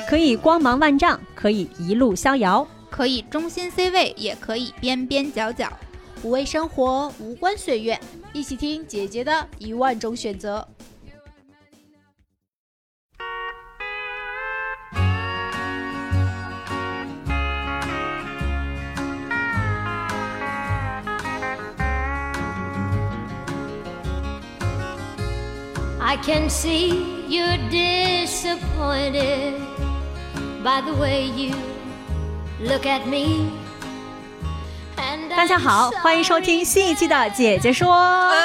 可以光芒万丈，可以一路逍遥， 可以中心 C 位，也可以边边角角。 无畏生活，无关岁月，一起听姐姐的10000种选择。 I can see you're disappointed by the way you look at me。 大家好，欢迎收听新一期的姐姐说。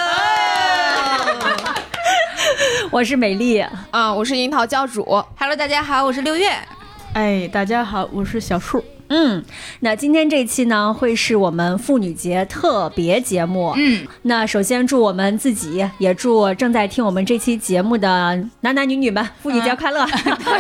我是美丽我是樱桃教主。 Hello， 大家好，我是六月。 大家好，我是小树。 那今天这期呢，会是我们妇女节特别节目。那首先祝我们自己，也祝正在听我们这期节目的男男女女们妇女节快乐。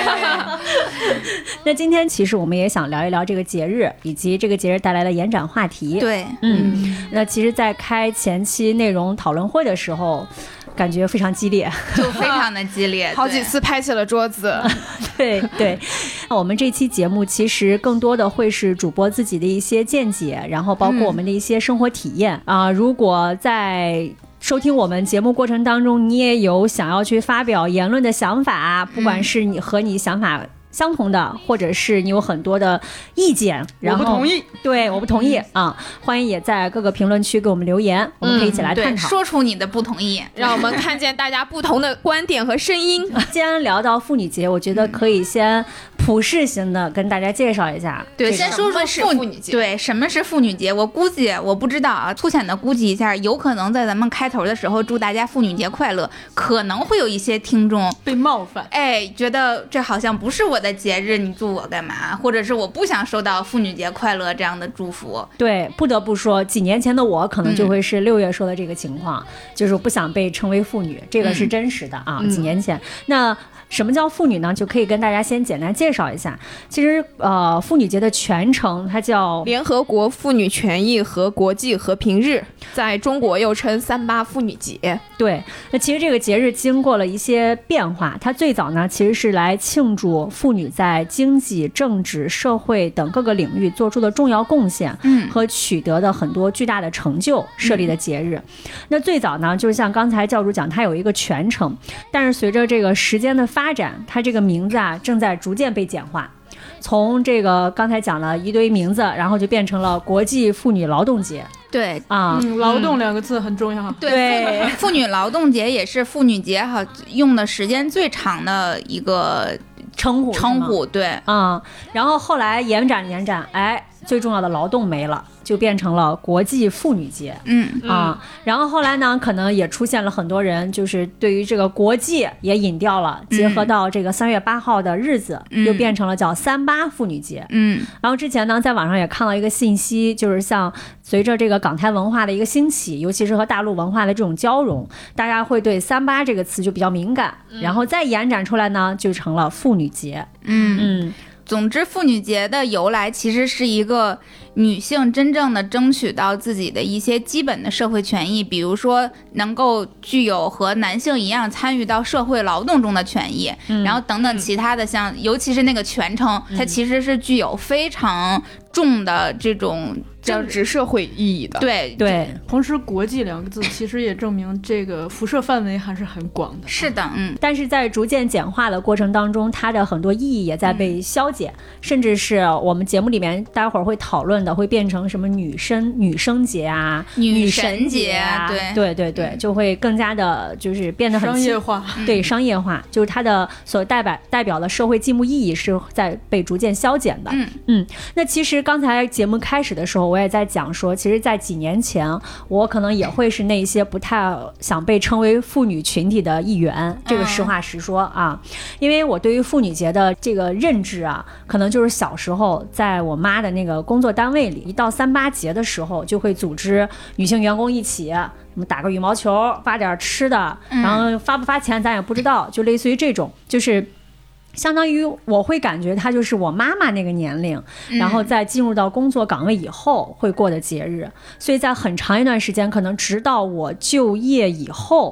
那今天其实我们也想聊一聊这个节日，以及这个节日带来的延展话题。 对， 那其实在开前期内容讨论会的时候，感觉非常激烈， 就非常的激烈， 好几次拍起了桌子。 对对，我们这期节目其实更多的会是主播自己的一些见解，然后包括我们的一些生活体验如果在收听我们节目过程当中，你也有想要去发表言论的想法，不管是你和你想法相同的，或者是你有很多的意见，然后我不同意， 对，我不同意欢迎也在各个评论区给我们留言，我们可以一起来探讨， 说出你的不同意， 让我们看见大家不同的观点和声音。 既然聊到妇女节，我觉得可以先普世型的跟大家介绍一下。 对，先说说妇女节。 对，什么是妇女节？我估计，我不知道粗浅的估计一下，有可能在咱们开头的时候祝大家妇女节快乐，可能会有一些听众被冒犯， 觉得这好像不是我的节日，你祝我干嘛？或者是我不想收到妇女节快乐这样的祝福。 对，不得不说，几年前的我可能就会是6月说的这个情况，就是我不想被称为妇女，这个是真实的几年前。那什么叫妇女呢？就可以跟大家先简单介绍一下。其实妇女节的全称它叫联合国妇女权益和国际和平日，在中国又称38妇女节。 对，那其实这个节日经过了一些变化，它最早呢其实是来庆祝妇女在经济、政治、社会等各个领域做出的重要贡献和取得的很多巨大的成就设立的节日。那最早呢就是像刚才教主讲，它有一个全称，但是随着这个时间的发展，它这个名字正在逐渐被简化，从这个刚才讲了一堆名字，然后就变成了国际妇女劳动节。 对劳动2个字很重要。 对，妇女劳动节也是妇女节用的时间最长的一个称呼。对然后后来延展，最重要的劳动没了，就变成了国际妇女节。然后后来呢，可能也出现了很多人，就是对于这个国际也引掉了，结合到这个3月8号的日子，又变成了叫38妇女节。然后之前呢，在网上也看到一个信息，就是像随着这个港台文化的一个兴起，尤其是和大陆文化的这种交融，大家会对38这个词就比较敏感，然后再延展出来呢，就成了妇女节。 总之，妇女节的由来其实是一个女性真正的争取到自己的一些基本的社会权益，比如说能够具有和男性一样参与到社会劳动中的权益，然后等等其他的像尤其是那个全称，它其实是具有非常重的这种政治社会意义的。 对， 同时国际2个字其实也证明这个辐射范围还是很广的。 是的， 但是在逐渐简化的过程当中，它的很多意义也在被消减，甚至是我们节目里面待会儿会讨论的，会变成什么女生节啊、 女神节啊， 对，就会更加的就是变得很商业化。 对，商业化，就是它的所代表的社会进步意义是在被逐渐消减的。那其实刚才节目开始的时候，我也在讲说，其实在几年前，我可能也会是那些不太想被称为妇女群体的一员，这个实话实说因为我对于妇女节的这个认知可能就是小时候在我妈的那个工作单位里，一到38节的时候，就会组织女性员工一起打个羽毛球，发点吃的，然后发不发钱咱也不知道，就类似于这种，就是相当于我会感觉它就是我妈妈那个年龄，然后在进入到工作岗位以后会过的节日，所以在很长一段时间，可能直到我就业以后，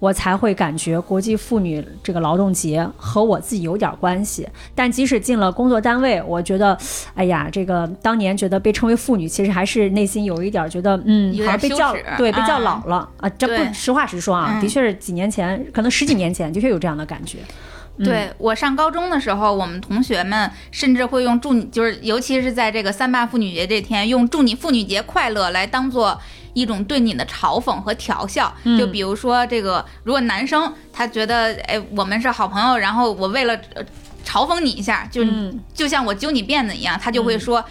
我才会感觉国际妇女这个劳动节和我自己有点关系。但即使进了工作单位，我觉得哎呀，这个当年觉得被称为妇女，其实还是内心有一点觉得好像被叫被叫老了啊。这不实话实说啊，的确是几年前，可能10几年前的确有这样的感觉。 对，我上高中的时候，我们同学们甚至会用祝你，就是尤其是在这个3·8妇女节这天，用祝你妇女节快乐来当做一种对你的嘲讽和调笑。就比如说这个，如果男生他觉得我们是好朋友，然后我为了嘲讽你一下，就像我揪你辫子一样，他就会说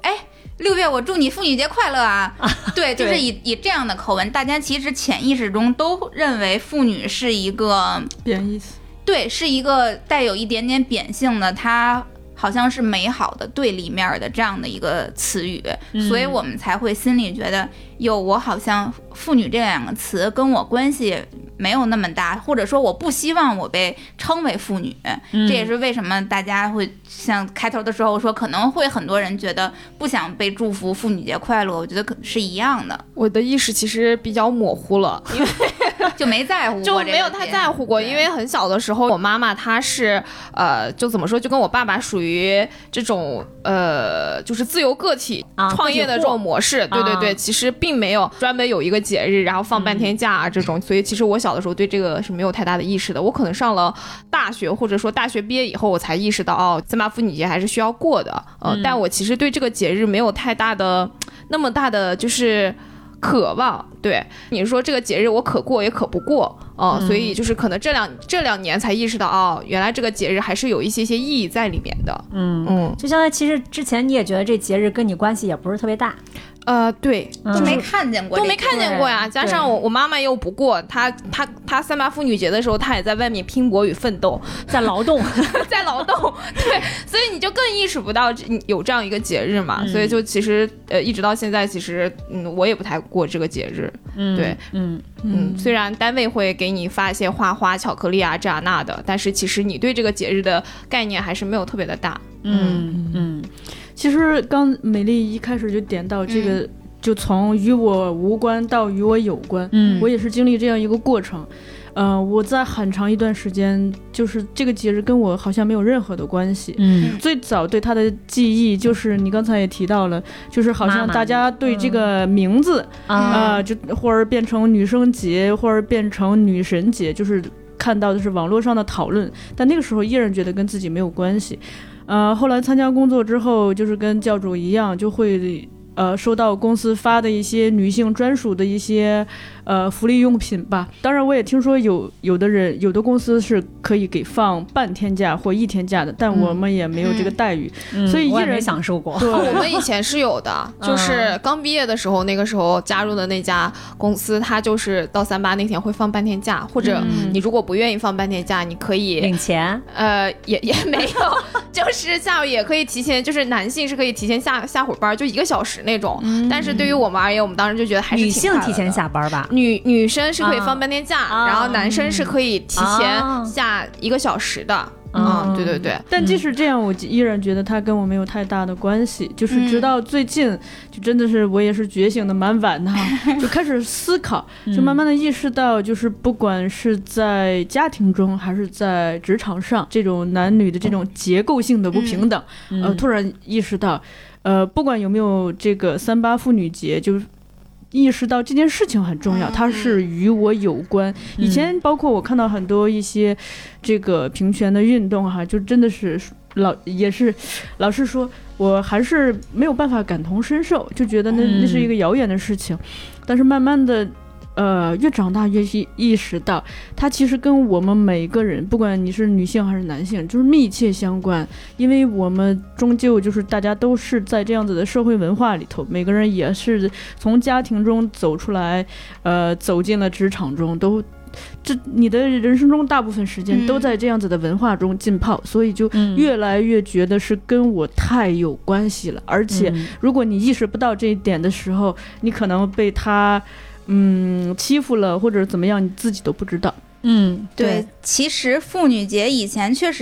6月我祝你妇女节快乐啊。对，就是以这样的口吻，大家其实潜意识中都认为妇女是一个贬义词。 对，是一个带有一点点贬性的，它好像是美好的对立面的这样的一个词语，所以我们才会心里觉得我好像妇女这2个词跟我关系没有那么大，或者说我不希望我被称为妇女。这也是为什么大家会像开头的时候说，可能会很多人觉得不想被祝福妇女节快乐，我觉得是一样的。 我的意识其实比较模糊了，因为就没在乎过， 就没有太在乎过。因为很小的时候，我妈妈她是就怎么说，就跟我爸爸属于这种就是自由个体创业的这种模式。对对对，其实并没有专门有一个节日然后放半天假这种，所以其实我小的时候对这个是没有太大的意识的。我可能上了大学，或者说大学毕业以后，我才意识到3·8妇女节还是需要过的。但我其实对这个节日没有太大的那么大的就是渴望。对，你说这个节日我可过也可不过所以就是可能这两年才意识到原来这个节日还是有一些意义在里面的。 就相当于其实之前你也觉得这节日跟你关系也不是特别大。 对， 都没看见过， 都没看见过呀。加上我妈妈又不过，她3·8妇女节的时候，她也在外面拼搏与奋斗， 在劳动， 在劳动。对，所以你就更意识不到有这样一个节日嘛。所以就其实一直到现在，其实我也不太过这个节日。对，虽然单位会给你发一些花、巧克力啊这样那的，但是其实你对这个节日的概念还是没有特别的大。 其实刚美丽一开始就点到这个，就从与我无关到与我有关，我也是经历这样一个过程。我在很长一段时间，就是这个节日跟我好像没有任何的关系。最早对它的记忆就是你刚才也提到了，就是好像大家对这个名字就或者变成女生节，或者变成女神节，就是看到的是网络上的讨论，但那个时候依然觉得跟自己没有关系。后来参加工作之后，就是跟教主一样，就会收到公司发的一些女性专属的一些福利用品吧。当然我也听说有的公司是可以给放半天假或1天假的，但我们也没有这个待遇，所以依然没享受过。 我们以前是有的，就是刚毕业的时候，那个时候加入的那家公司，它就是到3·8那天会放半天假，或者你如果不愿意放半天假，你可以领钱。 也没有，就是下午也可以提前，就是男性是可以提前下会班，就1个小时那种。但是对于我们而言，我们当时就觉得还是女性提前下班吧。 女生是可以放半天假，然后男生是可以提前下1个小时的。对对对。 但即使这样，我依然觉得它跟我没有太大的关系。就是直到最近，就真的是我也是觉醒的蛮晚的就开始思考，就慢慢的意识到，就是不管是在家庭中还是在职场上，这种男女的这种结构性的不平等，突然意识到，不管有没有这个3·8妇女节，就是意识到这件事情很重要，它是与我有关。以前包括我看到很多一些这个平权的运动就真的是也是老实说，我还是没有办法感同身受，就觉得那是一个遥远的事情。但是慢慢的越长大越意识到，它其实跟我们每个人，不管你是女性还是男性，就是密切相关。因为我们终究就是大家都是在这样子的社会文化里头，每个人也是从家庭中走出来，走进了职场中，你的人生中大部分时间都在这样子的文化中浸泡，所以就越来越觉得是跟我太有关系了。而且如果你意识不到这一点的时候，你可能被他欺负了或者怎么样，你自己都不知道。 对，其实妇女节以前确实是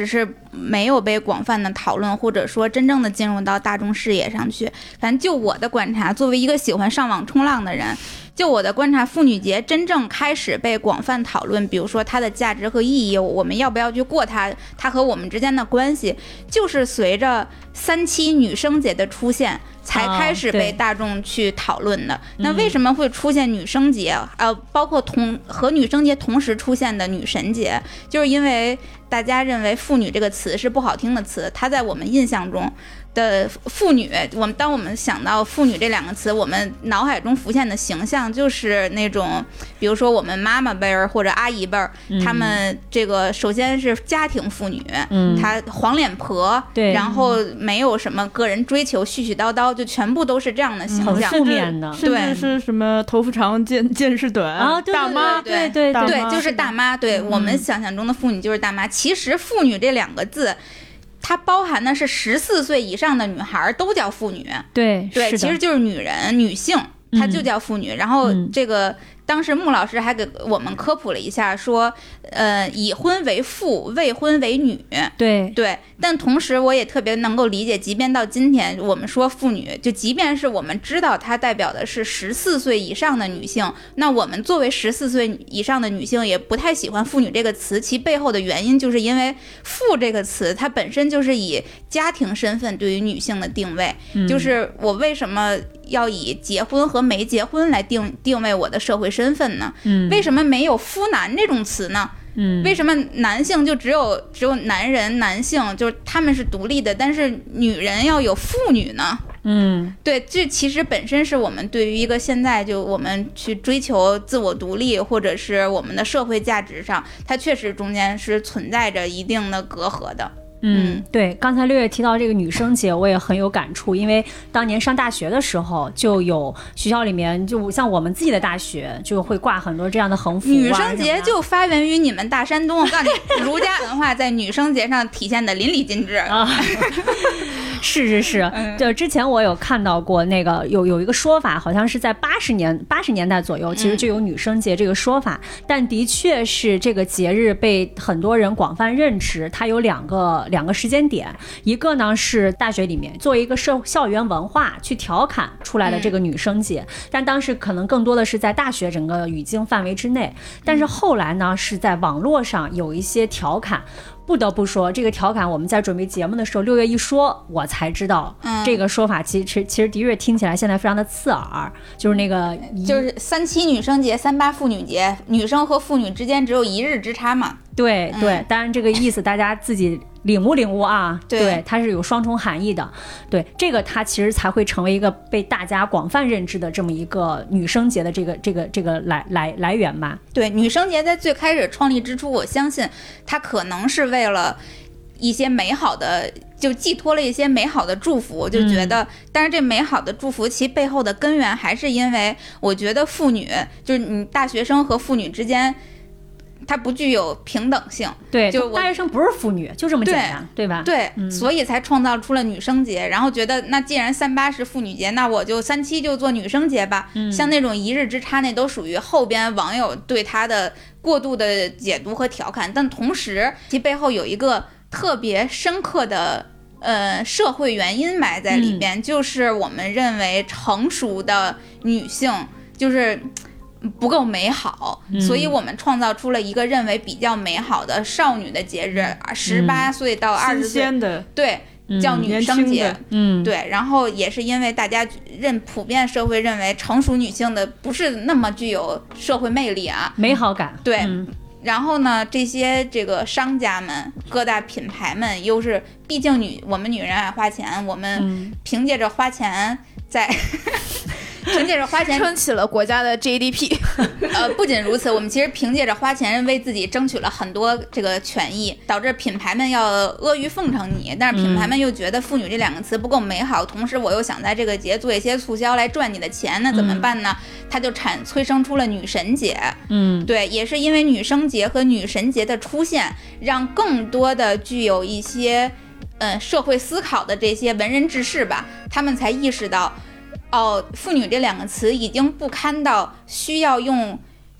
没有被广泛的讨论，或者说真正的进入到大众视野上去。反正就我的观察，作为一个喜欢上网冲浪的人，就我的观察，妇女节真正开始被广泛讨论，比如说它的价值和意义，我们要不要去过它和我们之间的关系，就是随着3·7女生节的出现才开始被大众去讨论的。那为什么会出现女生节？包括和女生节同时出现的女神节，就是因为大家认为妇女这个词是不好听的词，它在我们印象中的妇女，当我们想到妇女这2个词，我们脑海中浮现的形象就是那种，比如说我们妈妈辈儿或者阿姨辈儿，他们这个首先是家庭妇女，她黄脸婆，对，然后没有什么个人追求，絮絮叨叨，就全部都是这样的形象， 负面的， 甚至是什么头发长见识短啊， 大妈， 对， 就是大妈，对，我们想象中的妇女就是大妈。其实妇女这2个字，它包含的是14岁以上的女孩都叫妇女， 对， 其实就是女人、女性，它就叫妇女。然后这个当时穆老师还给我们科普了一下，说，已婚为妇，未婚为女。 对。 但同时我也特别能够理解，即便到今天我们说妇女，就即便是我们知道它代表的是14岁以上的女性，那我们作为14岁以上的女性也不太喜欢妇女这个词，其背后的原因就是因为妇这个词它本身就是以家庭身份对于女性的定位，就是我为什么要以结婚和没结婚来定位我的社会身份呢？为什么没有夫男这种词呢？为什么男性就只有男人、男性，就是他们是独立的，但是女人要有妇女呢？对，这其实本身是我们对于一个现在就我们去追求自我独立，或者是我们的社会价值上，它确实中间是存在着一定的隔阂的。 对，刚才6月提到这个女生节，我也很有感触，因为当年上大学的时候，就有学校里面，就像我们自己的大学，就会挂很多这样的横幅。 女生节就发源于你们大山东，我告诉你，儒家文化在女生节上体现的淋漓尽致啊！ 是，就之前我有看到过那个有一个说法，好像是在80年代左右，其实就有女生节这个说法，但的确是这个节日被很多人广泛认知，它有两个时间点，一个呢是大学里面作为一个校园文化去调侃出来的这个女生节，但当时可能更多的是在大学整个语境范围之内，但是后来呢是在网络上有一些调侃。不得不说，这个调侃我们在准备节目的时候，6月一说，我才知道，这个说法其实的确听起来现在非常的刺耳，就是那个就是3·7女生节、3·8妇女节，女生和妇女之间只有1日之差嘛。 对，当然这个意思大家自己领悟啊，对，它是有双重含义的。对，这个它其实才会成为一个被大家广泛认知的这么一个女生节的这个来源吧。 对，女生节在最开始创立之初，我相信它可能是为了一些美好的，就寄托了一些美好的祝福，就觉得，但是这美好的祝福其背后的根源还是因为我觉得妇女，就是你大学生和妇女之间，它不具有平等性。 对，就大学生不是妇女，就这么简单，对吧？ 对，所以才创造出了女生节，然后觉得那既然3·8是妇女节，那我就3·7就做女生节吧。像那种1日之差，那都属于后边网友对它的过度的解读和调侃，但同时其背后有一个特别深刻的社会原因埋在里边，就是我们认为成熟的女性就是不够美好，所以我们创造出了一个认为比较美好的少女的节日，18岁到20岁的， 对，叫女生节。对，然后也是因为大家普遍社会认为成熟女性的不是那么具有社会魅力啊， 美好感。 对。然后呢，这个商家们、各大品牌们，又是毕竟我们女人爱花钱，我们凭借着花钱凭借着花钱撑起了国家的 GDP。 不仅如此，我们其实凭借着花钱为自己争取了很多这个权益，导致品牌们要阿谀奉承你，但是品牌们又觉得妇女这2个词不够美好，同时我又想在这个节做一些促销来赚你的钱，那怎么办呢？它就催生出了女神节。对，也是因为女生节和女神节的出现，让更多的具有一些社会思考的这些文人志士吧，他们才意识到，妇女这2个词已经不堪到需要用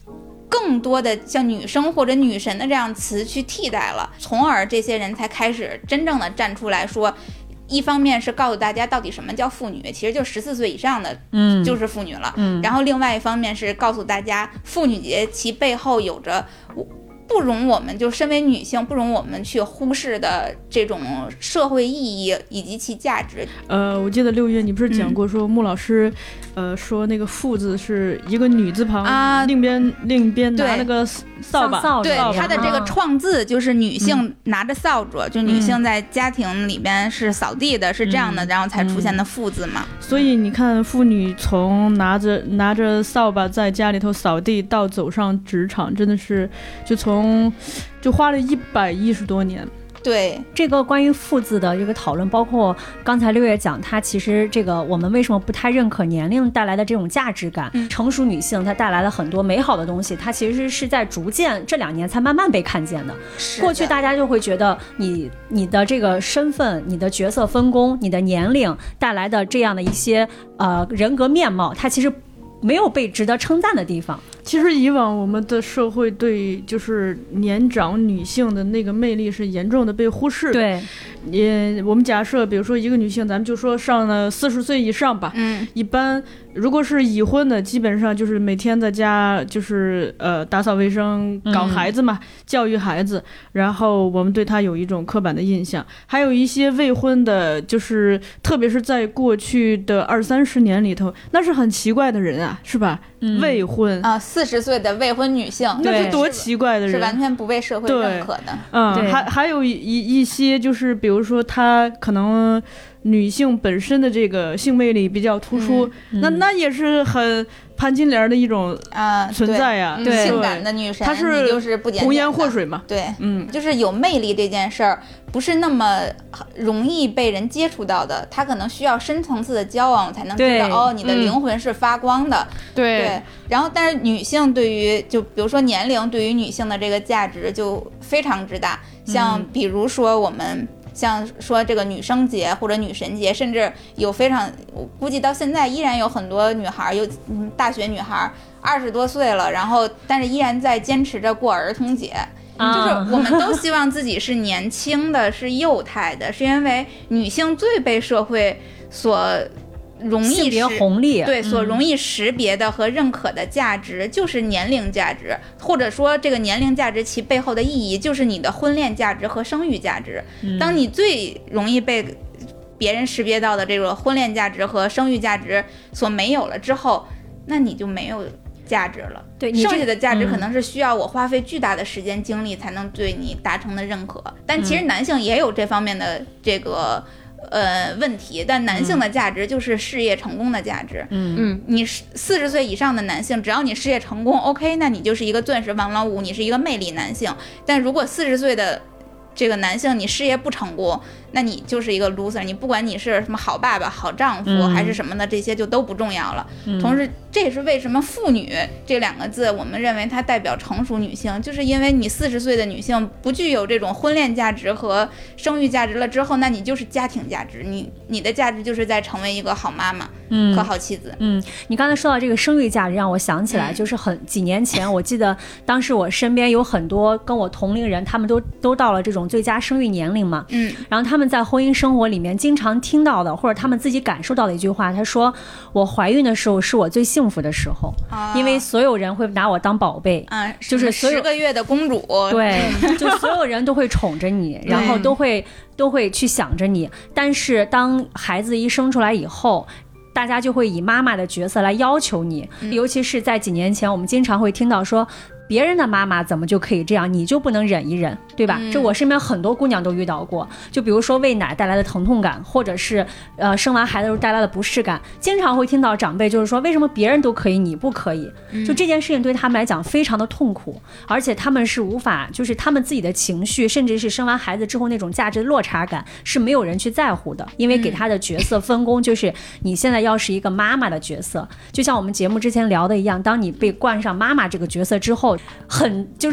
更多的像女生或者女神的这样词去替代了，从而这些人才开始真正的站出来说，一方面是告诉大家到底什么叫妇女，其实就14岁以上的就是妇女了，然后另外一方面是告诉大家妇女节其背后有着不容我们就身为女性不容我们去忽视的这种社会意义以及其价值。 我记得6月你不是讲过说穆老师说那个妇字是一个女字旁啊，另一边拿那个扫把， 对，他的这个创字就是女性拿着扫帚，就女性在家庭里边是扫地的，是这样的，然后才出现的妇字嘛。 所以你看妇女从拿着扫把在家里头扫地到走上职场，真的是就花了110多年。 对， 这个关于妇字的这个讨论，包括刚才6月讲，它其实这个我们为什么不太认可年龄带来的这种价值感，成熟女性她带来了很多美好的东西，它其实是在逐渐这2年才慢慢被看见的。过去大家就会觉得你的这个身份、你的角色分工、你的年龄带来的这样的一些人格面貌，它其实没有被值得称赞的地方。 其实以往我们的社会对就是年长女性的那个魅力是严重的被忽视。 对， 我们假设比如说一个女性，咱们就说上了40岁以上吧，一般如果是已婚的，基本上就是每天在家就是打扫卫生、搞孩子嘛，教育孩子，然后我们对她有一种刻板的印象。还有一些未婚的，就是特别是在过去的20-30年里头，那是很奇怪的人啊，是吧？未婚啊，40岁的未婚女性， 那是多奇怪的人， 是完全不被社会认可的。 还有一些就是比如说她可能女性本身的这个性魅力比较突出，那也是很潘金莲的一种存在呀， 对，性感的女神， 她是就是不红颜祸水嘛， 对，就是有魅力这件事儿不是那么容易被人接触到的，她可能需要深层次的交往才能知道你的灵魂是发光的，对。然后，但是女性对于就比如说年龄对于女性的这个价值就非常之大，像比如说我们。像说这个女生节或者女神节，甚至有非常，我估计到现在依然有很多女孩，有大学女孩20多岁了，然后但是依然在坚持着过儿童节。就是我们都希望自己是年轻的，是幼态的，是因为女性最被社会所容易性别红利所容易识别的和认可的价值就是年龄价值，或者说这个年龄价值其背后的意义就是你的婚恋价值和生育价值。当你最容易被别人识别到的这个婚恋价值和生育价值所没有了之后，那你就没有价值了。对，剩下的价值可能是需要我花费巨大的时间精力才能对你达成的认可。但其实男性也有这方面的这个问题，但男性的价值就是事业成功的价值。你40岁以上的男性，只要你事业成功 OK， 那你就是一个钻石王老五，你是一个魅力男性。但如果40岁的这个男性你事业不成功，那你就是一个 loser， 你不管你是什么好爸爸、好丈夫还是什么的，这些就都不重要了。同时这也是为什么妇女这2个字我们认为它代表成熟女性，就是因为你40岁的女性不具有这种婚恋价值和生育价值了之后，那你就是家庭价值，你的价值就是在成为一个好妈妈和好妻子。 你刚才说到这个生育价值，让我想起来就是几年前我记得当时我身边有很多跟我同龄人，他们都到了这种最佳生育年龄嘛，然后他们在婚姻生活里面经常听到的或者他们自己感受到的一句话，他说我怀孕的时候是我最幸福的时候，因为所有人会拿我当宝贝，就是 10个月的公主， 对，就所有人都会宠着你，然后都会去想着你，但是当孩子一生出来以后，大家就会以妈妈的角色来要求你，尤其是在几年前我们经常会听到说别人的妈妈怎么就可以这样，你就不能忍一忍，对吧？这我身边很多姑娘都遇到过，就比如说喂奶带来的疼痛感，或者是生完孩子时候带来的不适感，经常会听到长辈就是说为什么别人都可以你不可以，就这件事情对他们来讲非常的痛苦，而且他们是无法，就是他们自己的情绪甚至是生完孩子之后那种价值落差感是没有人去在乎的，因为给他的角色分工就是你现在要是一个妈妈的角色，就像我们节目之前聊的一样，当你被冠上妈妈这个角色之后，就是这个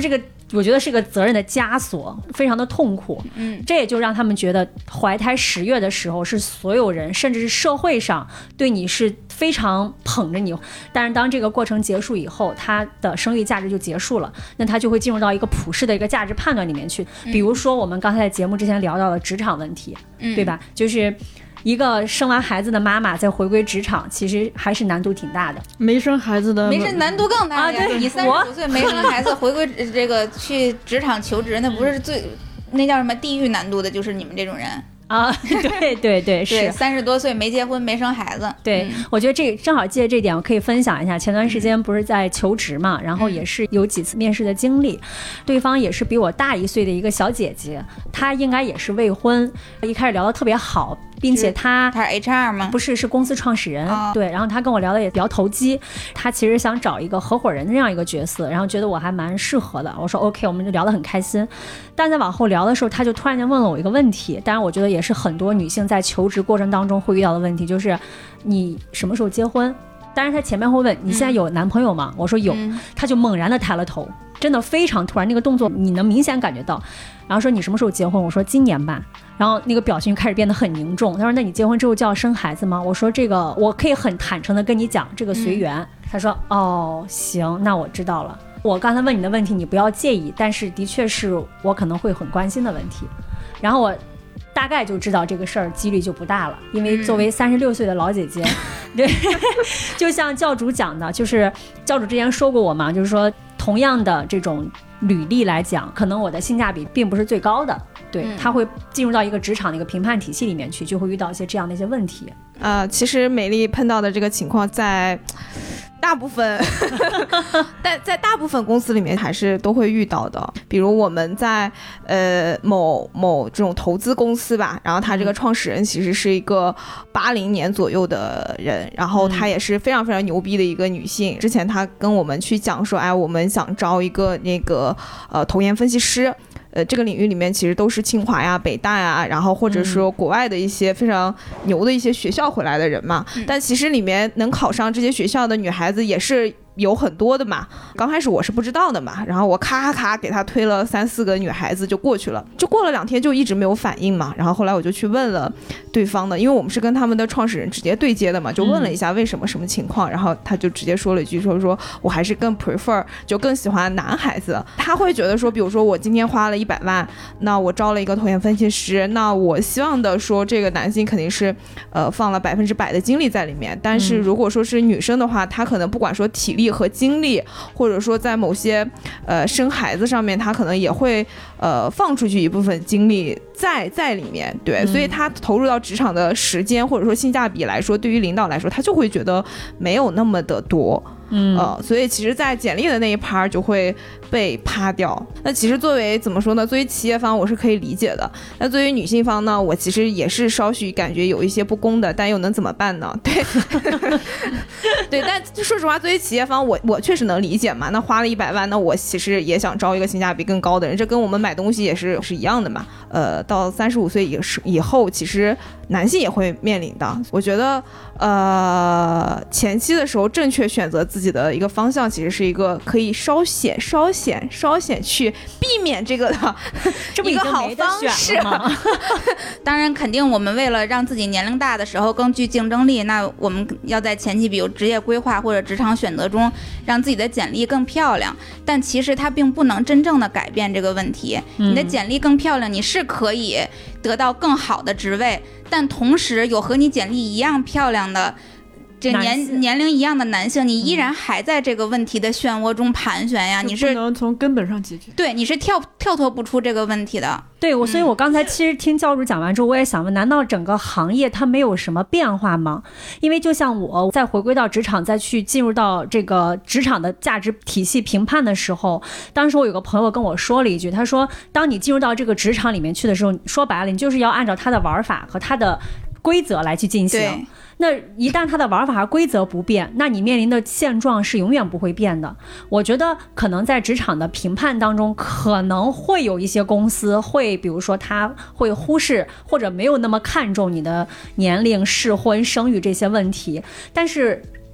我觉得是个责任的枷锁，非常的痛苦。这也就让他们觉得怀胎10月的时候是所有人甚至是社会上对你是非常捧着你，但是当这个过程结束以后，他的生育价值就结束了，那他就会进入到一个普世的一个价值判断里面去。比如说我们刚才在节目之前聊到的职场问题，对吧？就是一个生完孩子的妈妈在回归职场，其实还是难度挺大的。 没生孩子的没生难度更大呀！ 对， 你35岁没生孩子回归这个去职场求职，那不是那叫什么地狱难度的，就是你们这种人。 啊，对对对，是 30多岁没结婚没生孩子。 对，我觉得这正好借这点，我可以分享一下。前段时间不是在求职嘛，然后也是有几次面试的经历，对方也是比我大1岁的一个小姐姐，她应该也是未婚，一开始聊得特别好。并且他是 HR 吗？ 不是，是公司创始人。对，然后他跟我聊的也比较投机，他其实想找一个合伙人的这样一个角色，然后觉得我还蛮适合的。我说 OK， 我们就聊得很开心。但在往后聊的时候，他就突然间问了我一个问题，当然我觉得也是很多女性在求职过程当中会遇到的问题，就是你什么时候结婚？当然他前面会问你现在有男朋友吗？我说有，他就猛然的抬了头，真的非常突然，那个动作你能明显感觉到。然后说你什么时候结婚？我说今年吧。然后那个表情开始变得很凝重。他说那你结婚之后就要生孩子吗？我说这个我可以很坦诚的跟你讲，这个随缘。他说哦行，那我知道了。我刚才问你的问题你不要介意，但是的确是我可能会很关心的问题。然后我大概就知道这个事儿几率就不大了，因为作为36岁的老姐姐，对，就像教主讲的，就是教主之前说过我嘛，就是说同样的这种履历来讲，可能我的性价比并不是最高的，对，他会进入到一个职场的一个评判体系里面去，就会遇到一些这样的一些问题。 其实美丽碰到的这个情况在大部分但在大部分公司里面还是都会遇到的。比如我们在某这种投资公司吧，然后他这个创始人其实是一个80年左右的人，然后她也是非常非常牛逼的一个女性。之前她跟我们去讲说，哎，我们想招一个那个投研分析师。这个领域里面其实都是清华呀、北大呀，然后或者说国外的一些非常牛的一些学校回来的人嘛。但其实里面能考上这些学校的女孩子也是有很多的嘛。刚开始我是不知道的嘛，然后我咔给他推了3-4个女孩子就过去了，就过了2天就一直没有反应嘛。然后后来我就去问了对方的，因为我们是跟他们的创始人直接对接的嘛，就问了一下为什么什么情况，然后他就直接说了一句说我还是更 prefer 就更喜欢男孩子。他会觉得说，比如说我今天花了100万，那我招了一个投研分析师，那我希望的说这个男性肯定是放了100%的精力在里面，但是如果说是女生的话，她可能不管说体力和精力，或者说在某些生孩子上面，她可能也会放出去一部分精力在里面，对，所以她投入到职场的时间或者说性价比来说，对于领导来说，他就会觉得没有那么的多。所以其实在简历的那一趴就会被趴掉。那其实作为怎么说呢，作为企业方我是可以理解的，那作为女性方呢，我其实也是稍许感觉有一些不公的，但又能怎么办呢？对对，但说实话作为企业方我确实能理解嘛，那花了100万，那我其实也想招一个性价比更高的人，这跟我们买东西也是一样的嘛。到35岁以后其实男性也会面临的。我觉得前期的时候正确选择自己的一个方向，其实是一个可以稍显去避免这个的一个好方式。 当然肯定我们为了让自己年龄大的时候更具竞争力，那我们要在前期比如职业规划或者职场选择中让自己的简历更漂亮，但其实它并不能真正的改变这个问题。你的简历更漂亮，你是可以得到更好的职位，但同时有和你简历一样漂亮的这年龄一样的男性，你依然还在这个问题的漩涡中盘旋呀，你是不能从根本上解决。 对，你是跳脱不出这个问题的。 对，所以我刚才其实听教主讲完之后，我也想问，难道整个行业它没有什么变化吗？因为就像我再回归到职场，再去进入到这个职场的价值体系评判的时候，当时我有个朋友跟我说了一句，他说当你进入到这个职场里面去的时候，说白了你就是要按照他的玩法和他的规则来去进行。那一旦它的玩法和规则不变，那你面临的现状是永远不会变的。我觉得可能在职场的评判当中，可能会有一些公司会，比如说他会忽视或者没有那么看重你的年龄、适婚、生育这些问题，但是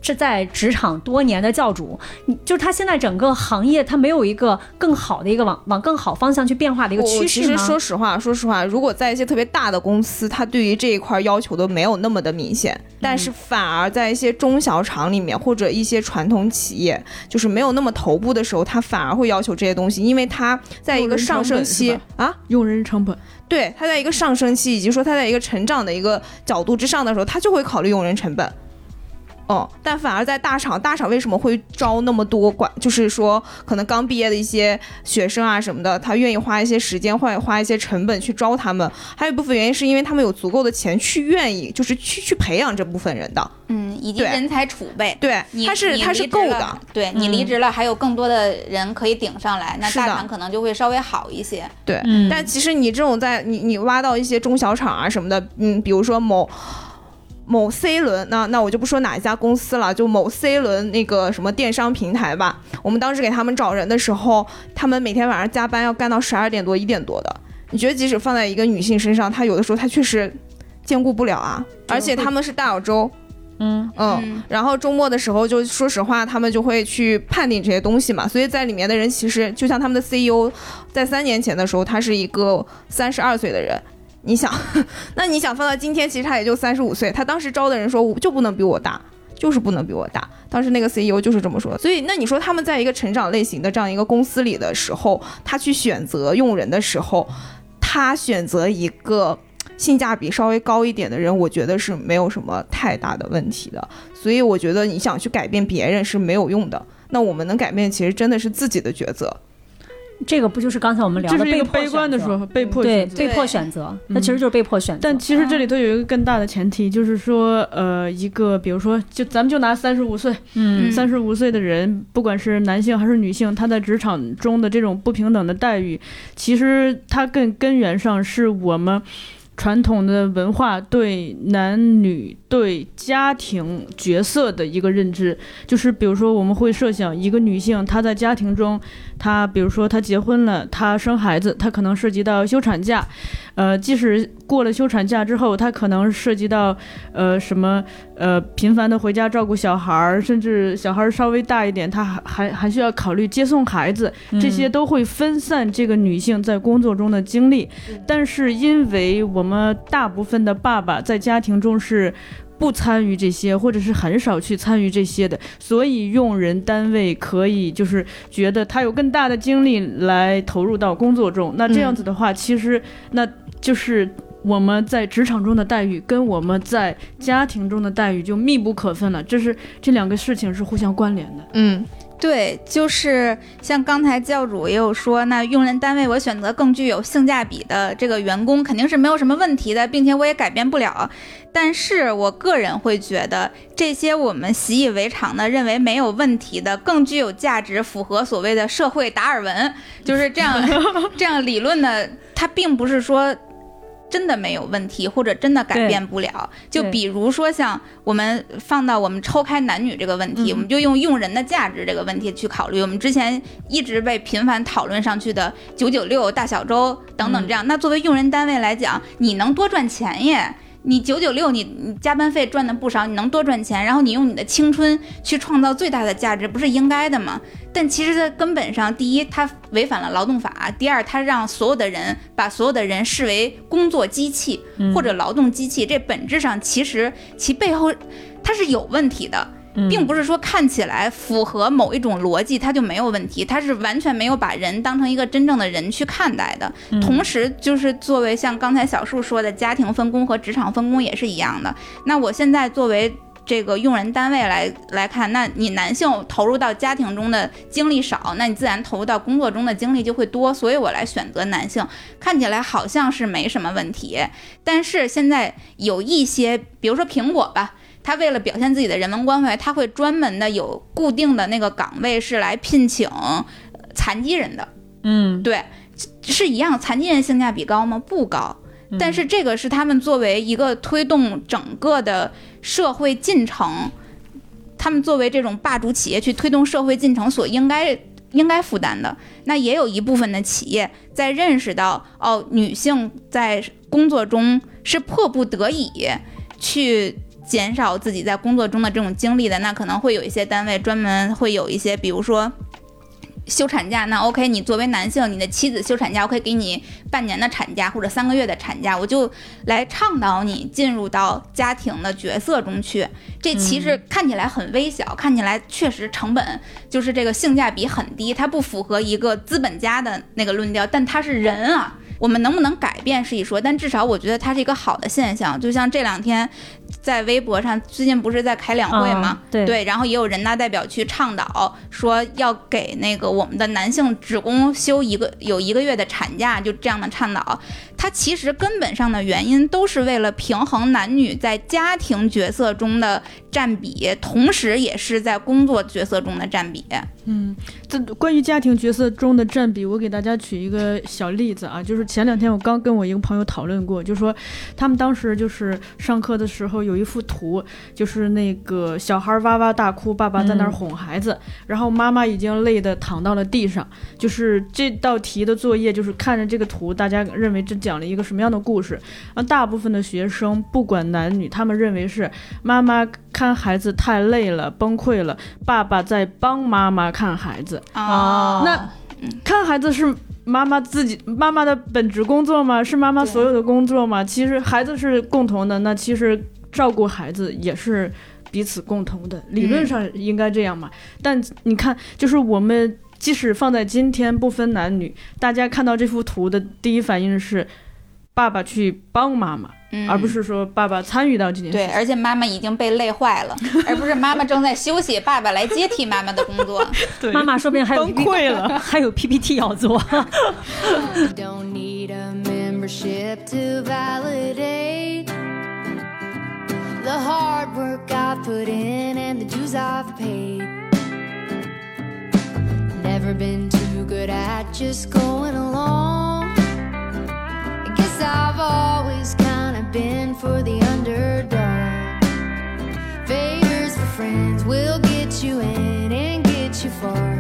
在职场多年的教主，就是他现在整个行业他没有一个更好的一个往更好方向去变化的一个趋势吗？ 其实说实话，如果在一些特别大的公司，他对于这一块要求都没有那么的明显，但是反而在一些中小厂里面或者一些传统企业，就是没有那么头部的时候，他反而会要求这些东西，因为他在一个上升期啊， 用人成本。 对，他在一个上升期，以及说他在一个成长的一个角度之上的时候，他就会考虑用人成本。但反而在大厂为什么会招那么多就是说可能刚毕业的一些学生啊什么的，他愿意花一些时间花一些成本去招他们，还有一部分原因是因为他们有足够的钱去愿意就是去培养这部分人的， 以及人才储备， 对，他是够的， 对，你离职了还有更多的人可以顶上来，那大厂可能就会稍微好一些， 对，但其实你这种你挖到一些中小厂啊什么的，比如说某 C 轮，那我就不说哪一家公司了，就某 C 轮那个什么电商平台吧。我们当时给他们找人的时候，他们每天晚上加班要干到12点多1点多的。你觉得即使放在一个女性身上，她有的时候她确实兼顾不了啊。而且他们是大小周，然后周末的时候就说实话，他们就会去判定这些东西嘛。所以在里面的人其实就像他们的 CEO， 在3年前的时候，他是一个32岁的人。你想放到今天，其实他也就35岁。他当时招的人说就不能比我大，就是不能比我大。当时那个 CEO 就是这么说。所以那你说他们在一个成长类型的这样一个公司里的时候，他去选择用人的时候，他选择一个性价比稍微高一点的人，我觉得是没有什么太大的问题的。所以我觉得你想去改变别人是没有用的。那我们能改变其实真的是自己的抉择。 这个不就是刚才我们聊的这是一个悲观的说法，被迫选择，那其实就是被迫选择。但其实这里头有一个更大的前提，就是说一个比如说咱们就拿35岁，35岁的人，不管是男性还是女性，他在职场中的这种不平等的待遇，其实它更根源上是我们传统的文化对男女对家庭角色的一个认知。就是比如说我们会设想一个女性，她在家庭中，她比如说她结婚了，她生孩子，她可能涉及到休产假，即使过了休产假之后，她可能涉及到频繁的回家照顾小孩，甚至小孩稍微大一点，她还需要考虑接送孩子，这些都会分散这个女性在工作中的精力。但是因为我们大部分的爸爸在家庭中是不参与这些，或者是很少去参与这些的，所以用人单位可以就是觉得他有更大的精力来投入到工作中。那这样子的话，其实那就是我们在职场中的待遇跟我们在家庭中的待遇就密不可分了，这两个事情是互相关联的。 对，就是像刚才教主也有说，那用人单位我选择更具有性价比的这个员工肯定是没有什么问题的，并且我也改变不了。但是我个人会觉得，这些我们习以为常的认为没有问题的，更具有价值，符合所谓的社会达尔文，就是这样理论的，它并不是说真的没有问题，或者真的改变不了。就比如说像我们放到我们抽开男女这个问题，我们就用人的价值这个问题去考虑。我们之前一直被频繁讨论上去的996、大小周等等这样，那作为用人单位来讲，你能多赚钱耶。你996，你加班费赚的不少，你能多赚钱，然后你用你的青春去创造最大的价值，不是应该的吗？但其实在根本上，第一，它违反了劳动法；第二，它让所有的人把所有的人视为工作机器或者劳动机器，这本质上其实其背后它是有问题的。并不是说看起来符合某一种逻辑它就没有问题，它是完全没有把人当成一个真正的人去看待的。同时就是作为像刚才小树说的家庭分工和职场分工也是一样的。那我现在作为这个用人单位来看，那你男性投入到家庭中的精力少，那你自然投入到工作中的精力就会多，所以我来选择男性，看起来好像是没什么问题。但是现在有一些，比如说苹果吧，他为了表现自己的人文关怀，他会专门的有固定的那个岗位是来聘请残疾人的。对，是一样，残疾人性价比高吗？不高。但是这个是他们作为一个推动整个的社会进程，他们作为这种霸主企业去推动社会进程所应该负担的。那也有一部分的企业在认识到，女性在工作中是迫不得已去减少自己在工作中的这种经历的，那可能会有一些单位专门会有一些，比如说休产假，那 OK， 你作为男性，你的妻子休产假，我可以给你半年的产假或者3个月的产假，我就来倡导你进入到家庭的角色中去。这其实看起来很微小，看起来确实成本就是这个性价比很低，它不符合一个资本家的那个论调，但它是人啊。我们能不能改变是一说，但至少我觉得它是一个好的现象。就像这2天在微博上，最近不是在开两会吗？对，然后也有人大代表去倡导说要给那个我们的男性职工有1个月的产假，就这样的倡导。它其实根本上的原因都是为了平衡男女在家庭角色中的占比，同时也是在工作角色中的占比。 这关于家庭角色中的占比，我给大家举一个小例子啊，就是前2天我刚跟我一个朋友讨论过，就说他们当时就是上课的时候有一幅图，就是那个小孩哇哇大哭，爸爸在那儿哄孩子，然后妈妈已经累得躺到了地上。就是这道题的作业，就是看着这个图，大家认为这讲了一个什么样的故事？大部分的学生不管男女，他们认为是妈妈看孩子太累了，崩溃了，爸爸在帮妈妈看孩子。那看孩子是妈妈的本职工作吗？是妈妈所有的工作吗？其实孩子是共同的，那其实照顾孩子也是彼此共同的，理论上应该这样嘛。但你看，就是我们即使放在今天不分男女，大家看到这幅图的第一反应是爸爸去帮妈妈，而不是说爸爸参与到这件事情。 对，而且妈妈已经被累坏了，而不是妈妈正在休息，爸爸来接替妈妈的工作。 对，妈妈说不定还有崩溃了， 还有 PPT 要做。 Don't need a membership to validate the hard work I put in and the dues I've paid. Never been too good at just going along.I guess I've always kind of been for the underdog. Favors for friends will get you in and get you far.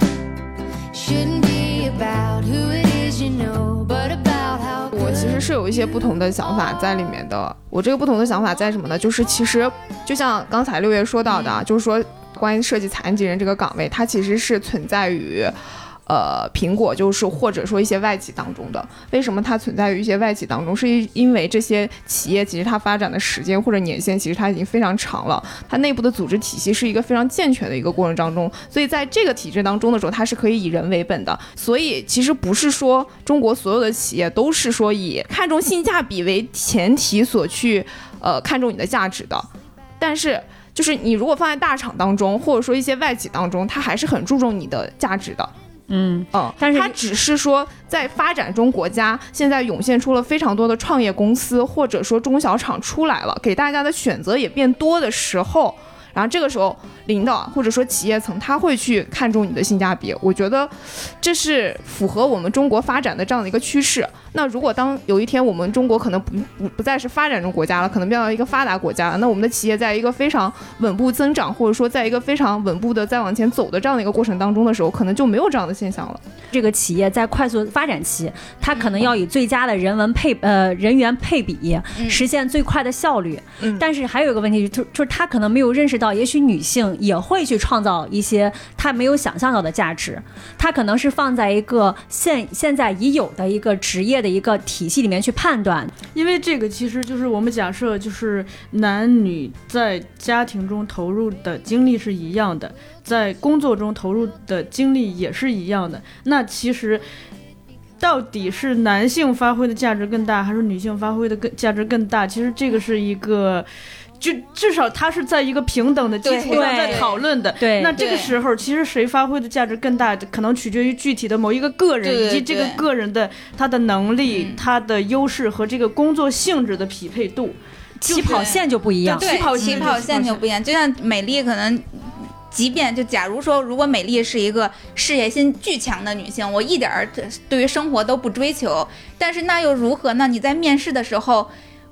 Shouldn't be about who it is you know, but about how good. 我其实是有一些不同的想法在里面的。我这个不同的想法在什么呢？就是其实就像刚才6月说到的，就是说关于设计残疾人这个岗位，它其实是存在于苹果就是或者说一些外企当中的。为什么它存在于一些外企当中？是因为这些企业其实它发展的时间或者年限其实它已经非常长了，它内部的组织体系是一个非常健全的一个过程当中，所以在这个体制当中的时候，它是可以以人为本的。所以其实不是说中国所有的企业都是说以看重性价比为前提所去看重你的价值的，但是就是你如果放在大厂当中或者说一些外企当中，它还是很注重你的价值的。但是它只是说在发展中国家现在涌现出了非常多的创业公司或者说中小厂出来了，给大家的选择也变多的时候，然后这个时候领导或者说企业层他会去看重你的性价比，我觉得这是符合我们中国发展的这样的一个趋势。那如果当有一天我们中国可能不再是发展中国家了，可能变到一个发达国家了，那我们的企业在一个非常稳步增长或者说在一个非常稳步的再往前走的这样的一个过程当中的时候，可能就没有这样的现象了。 这个企业在快速发展期，它可能要以最佳的人员配比，实现最快的效率。但是还有一个问题就是他可能没有认识到，也许女性也会去创造一些他没有想象到的价值，他可能是放在一个现在已有的一个职业的一个体系里面去判断。 因为这个其实就是我们假设就是男女在家庭中投入的精力是一样的，在工作中投入的精力也是一样的，那其实到底是男性发挥的价值更大还是女性发挥的价值更大，其实这个是一个就至少它是在一个平等的基础上在讨论的。 对， 那这个时候其实谁发挥的价值更大，可能取决于具体的某一个个人，以及这个个人的他的能力、他的优势和这个工作性质的匹配度。 起跑线就不一样， 对，起跑线就不一样。就像美丽可能即便就假如说，如果美丽是一个事业心巨强的女性，我一点对于生活都不追求，但是那又如何呢？你在面试的时候，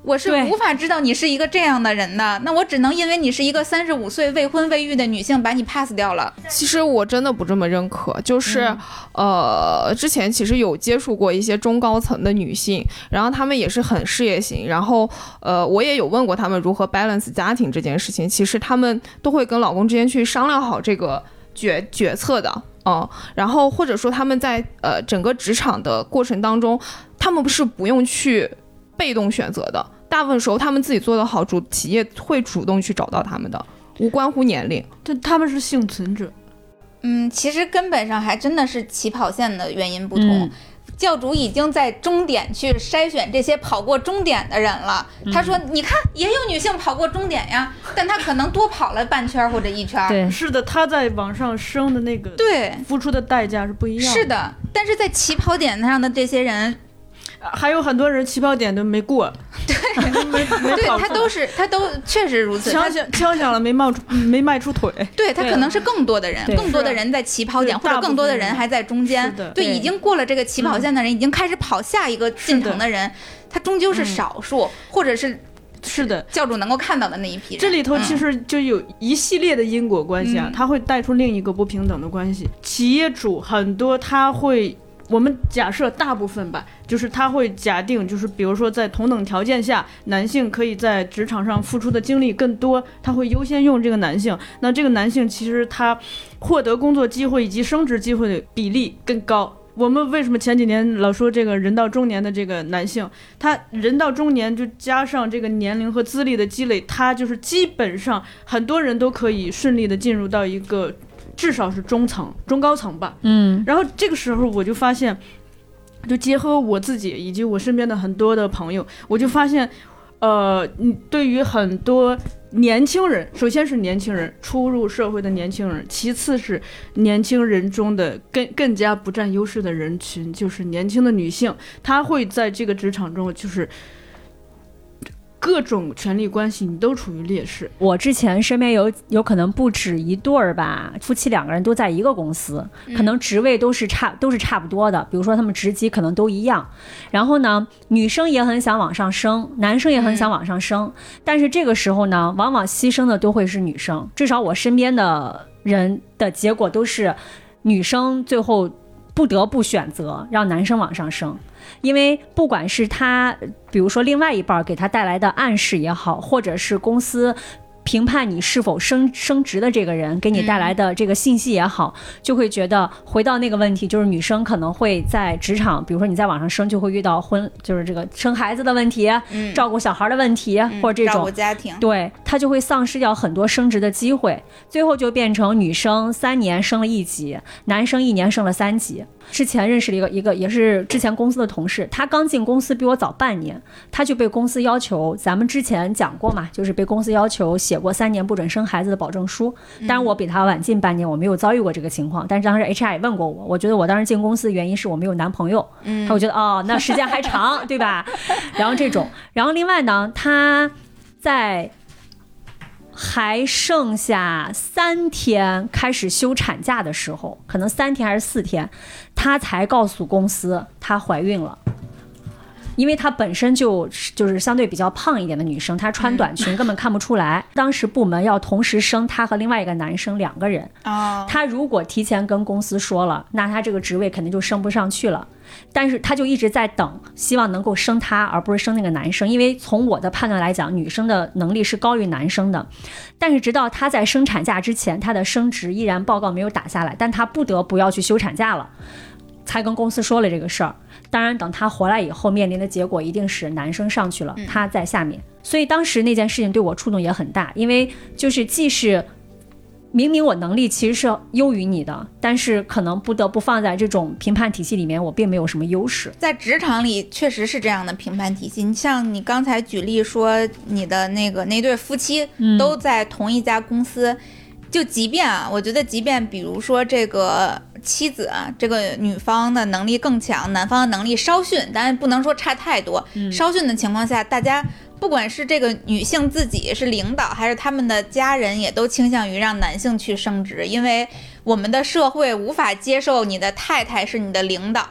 我是无法知道你是一个这样的人的，那我只能因为你是一个35岁未婚未育的女性把你 pass 掉了。 其实我真的不这么认可，就是之前其实有接触过一些中高层的女性，然后她们也是很事业型，然后我也有问过她们如何 balance 家庭这件事情，其实她们都会跟老公之间去商量好这个决策的。然后或者说他们在整个职场的过程当中，他们是不用去被动选择的，大部分时候他们自己做得好，企业会主动去找到他们的，无关乎年龄。 他们是幸存者。 其实根本上还真的是起跑线的原因不同。教主已经在终点去筛选这些跑过终点的人了。他说你看也有女性跑过终点呀，但她可能多跑了半圈或者一圈。 对， 是的，她在往上升的那个付出的代价是不一样的。 是的，但是在起跑点上的这些人， 还有很多人起跑点都没过。没跑对，他都确实如此。 枪响了没迈出腿。 对，他可能是更多的人，更多的人在起跑点，或者更多的人还在中间。对，已经过了这个起跑线的人，已经开始跑下一个进程的人，他终究是少数，或者是的，教主能够看到的那一批人。 这里头其实就有一系列的因果关系啊，它会带出另一个不平等的关系。企业主很多他会。我们假设大部分吧，就是他会假定，就是比如说在同等条件下，男性可以在职场上付出的精力更多，他会优先用这个男性。那这个男性其实他获得工作机会以及升职机会的比例更高。我们为什么前几年老说这个人到中年的这个男性，他人到中年就加上这个年龄和资历的积累，他就是基本上很多人都可以顺利的进入到一个至少是中高层吧。然后这个时候我就发现，就结合我自己以及我身边的很多的朋友，我就发现对于很多年轻人，首先是年轻人，初入社会的年轻人，其次是年轻人中的更加不占优势的人群，就是年轻的女性，她会在这个职场中就是各种权力关系你都处于劣势。 我之前身边有可能不止一对儿吧，夫妻2个人都在一个公司，可能职位都是差不多的，比如说他们职级可能都一样，然后呢女生也很想往上升，男生也很想往上升，但是这个时候呢往往牺牲的都会是女生，至少我身边的人的结果都是女生最后不得不选择让男生往上升。因为不管是他比如说另外一半给他带来的暗示也好，或者是公司评判你是否升职的这个人给你带来的这个信息也好，就会觉得回到那个问题，就是女生可能会在职场，比如说你在往上升就会遇到就是这个生孩子的问题，照顾小孩的问题，或者这种照顾家庭， 对，她就会丧失掉很多升职的机会，最后就变成女生3年升了1级，男生1年升了3级。之前认识了一个也是之前公司的同事，他刚进公司比我早半年，他就被公司要求，咱们之前讲过嘛，就是被公司要求写过3年不准生孩子的保证书。当然我比他晚进半年，我没有遭遇过这个情况，但是当时 HR 也问过我觉得我当时进公司的原因是我没有男朋友，我觉得那时间还长对吧？然后这种，然后另外呢，他在还剩下3天开始休产假的时候，可能3天还是4天，她才告诉公司她怀孕了。因为她本身就是相对比较胖一点的女生，她穿短裙根本看不出来。当时部门要同时升她和另外一个男生2个人，她如果提前跟公司说了，那她这个职位肯定就升不上去了。但是她就一直在等，希望能够升她而不是升那个男生，因为从我的判断来讲，女生的能力是高于男生的。但是直到她在生产假之前，她的升职依然报告没有打下来，但她不得不要去休产假了，才跟公司说了这个事儿。当然等她回来以后面临的结果一定是男生上去了，她在下面。所以当时那件事情对我触动也很大，因为就是既是明明我能力其实是优于你的，但是可能不得不放在这种评判体系里面，我并没有什么优势。 在职场里确实是这样的评判体系。你像你刚才举例说你的那对夫妻都在同一家公司，就即便我觉得即便比如说这个妻子这个女方的能力更强，男方的能力稍逊，当然不能说差太多，稍逊的情况下，大家不管是这个女性自己是领导还是他们的家人，也都倾向于让男性去升职，因为我们的社会无法接受你的太太是你的领导，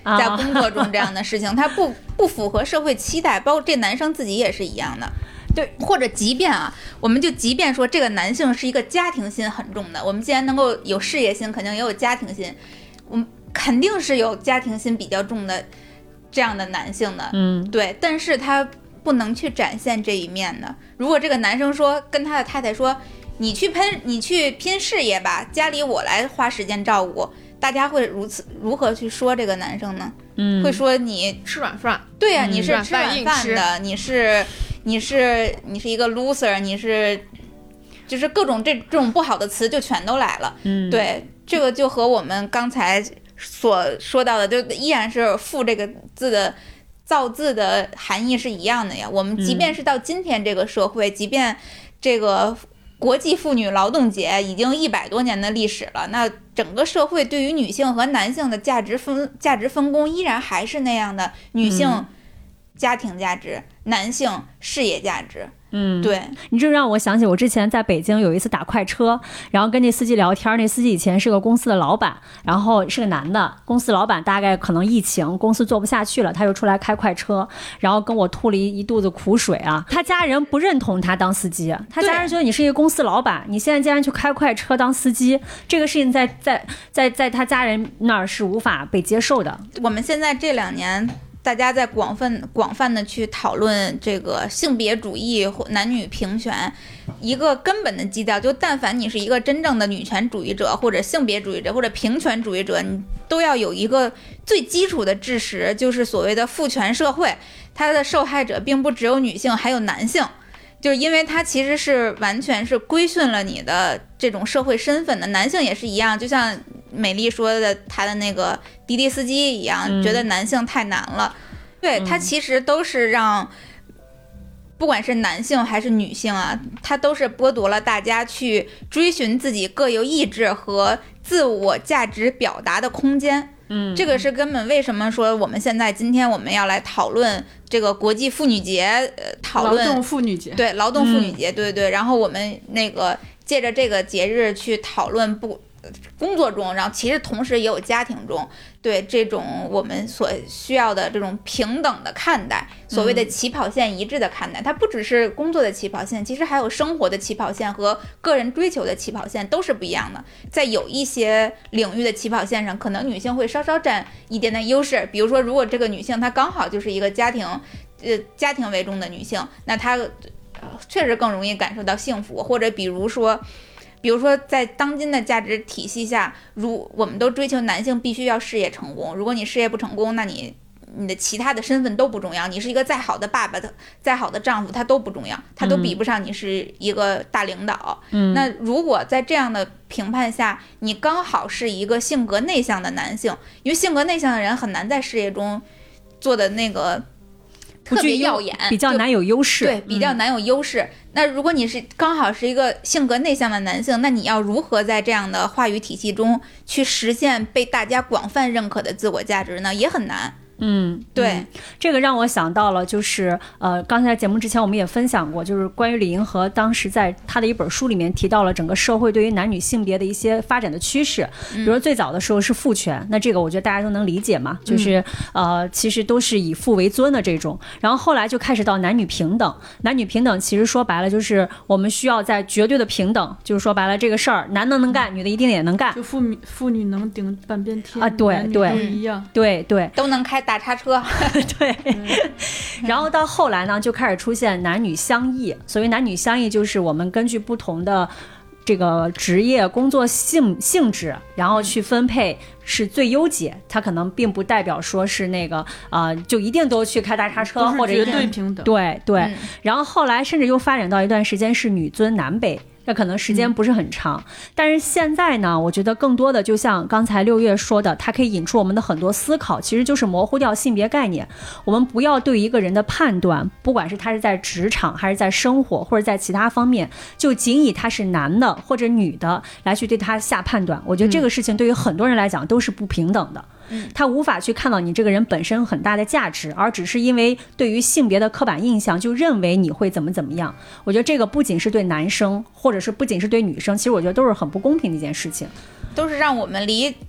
在工作中这样的事情，他不符合社会期待，包括这男生自己也是一样的。对，或者即便我们就即便说这个男性是一个家庭心很重的，我们既然能够有事业心，肯定也有家庭心，我们肯定是有家庭心比较重的这样的男性的，对，但是他不能去展现这一面的。如果这个男生说跟他的太太说，你去拼事业吧，家里我来花时间照顾，大家会如何去说这个男生呢？会说你吃软饭， 对呀，你是吃软饭的，你是一个 loser， 你是就是各种这种不好的词就全都来了。对，这个就和我们刚才所说到的，就依然是父这个字的造字的含义是一样的呀。我们即便是到今天这个社会，即便这个国际妇女劳动节已经100多年的历史了，那整个社会对于女性和男性的价值分工依然还是那样的，女性家庭价值，男性事业价值。对， 你这让我想起我之前在北京有一次打快车，然后跟那司机聊天，那司机以前是个公司的老板，然后是个男的，公司老板大概可能疫情公司做不下去了，他又出来开快车，然后跟我吐了一肚子苦水啊。他家人不认同他当司机，他家人觉得你是一个公司老板，你现在竟然去开快车当司机，这个事情在他家人那儿是无法被接受的。 我们现在这2年大家在广泛的去讨论这个性别主义或男女平权，一个根本的基调就但凡你是一个真正的女权主义者或者性别主义者或者平权主义者，你都要有一个最基础的知识，就是所谓的父权社会，它的受害者并不只有女性还有男性，就是因为它其实是完全是规训了你的这种社会身份的。男性也是一样，就像美丽说的她的那个滴滴司机一样，觉得男性太难了。对，它其实都是让不管是男性还是女性它都是剥夺了大家去追寻自己各有意志和自我价值表达的空间。这个是根本为什么说我们现在今天我们要来讨论这个国际妇女节，讨论劳动妇女节， 对，劳动妇女节，对，然后我们那个借着这个节日去讨论工作中，然后其实同时也有家庭中对这种我们所需要的这种平等的看待，所谓的起跑线一致的看待，它不只是工作的起跑线，其实还有生活的起跑线和个人追求的起跑线都是不一样的。在有一些领域的起跑线上，可能女性会稍稍占一点点优势，比如说如果这个女性她刚好就是一个家庭为重的女性，那她确实更容易感受到幸福。或者比如说在当今的价值体系下，我们都追求男性必须要事业成功，如果你事业不成功，那你的其他的身份都不重要，你是一个再好的爸爸再好的丈夫他都不重要，他都比不上你是一个大领导。那如果在这样的评判下，你刚好是一个性格内向的男性，因为性格内向的人很难在事业中做的那个特别耀眼， 比较难有优势， 对，比较难有优势。那如果你是刚好是一个性格内向的男性，那你要如何在这样的话语体系中去实现被大家广泛认可的自我价值呢？也很难。对， 这个让我想到了，就是刚才节目之前我们也分享过，就是关于李银河当时在他的一本书里面提到了整个社会对于男女性别的一些发展的趋势，比如最早的时候是父权，那这个我觉得大家都能理解嘛，就是其实都是以父为尊的这种，然后后来就开始到男女平等，男女平等其实说白了就是我们需要在绝对的平等，就是说白了这个事儿男的能干，女的一定也能干， 就妇女能顶半边天啊，对对， 都一样， 对对， 都能开大叉车， 对。然后到后来呢，就开始出现男女相异。所谓男女相异，就是我们根据不同的这个职业工作性质，然后去分配是最优解。它可能并不代表说是那个就一定都去开大叉车，或者绝对平等。 对对。然后后来甚至又发展到一段时间是女尊男卑。那可能时间不是很长，但是现在呢，我觉得更多的就像刚才6月说的，它可以引出我们的很多思考，其实就是模糊掉性别概念。我们不要对一个人的判断，不管是他是在职场还是在生活或者在其他方面，就仅以他是男的或者女的来去对他下判断。我觉得这个事情对于很多人来讲都是不平等的。他无法去看到你这个人本身很大的价值，而只是因为对于性别的刻板印象就认为你会怎么样。我觉得这个不仅是对男生，或者是不仅是对女生，其实我觉得都是很不公平的一件事情， 都是让我们离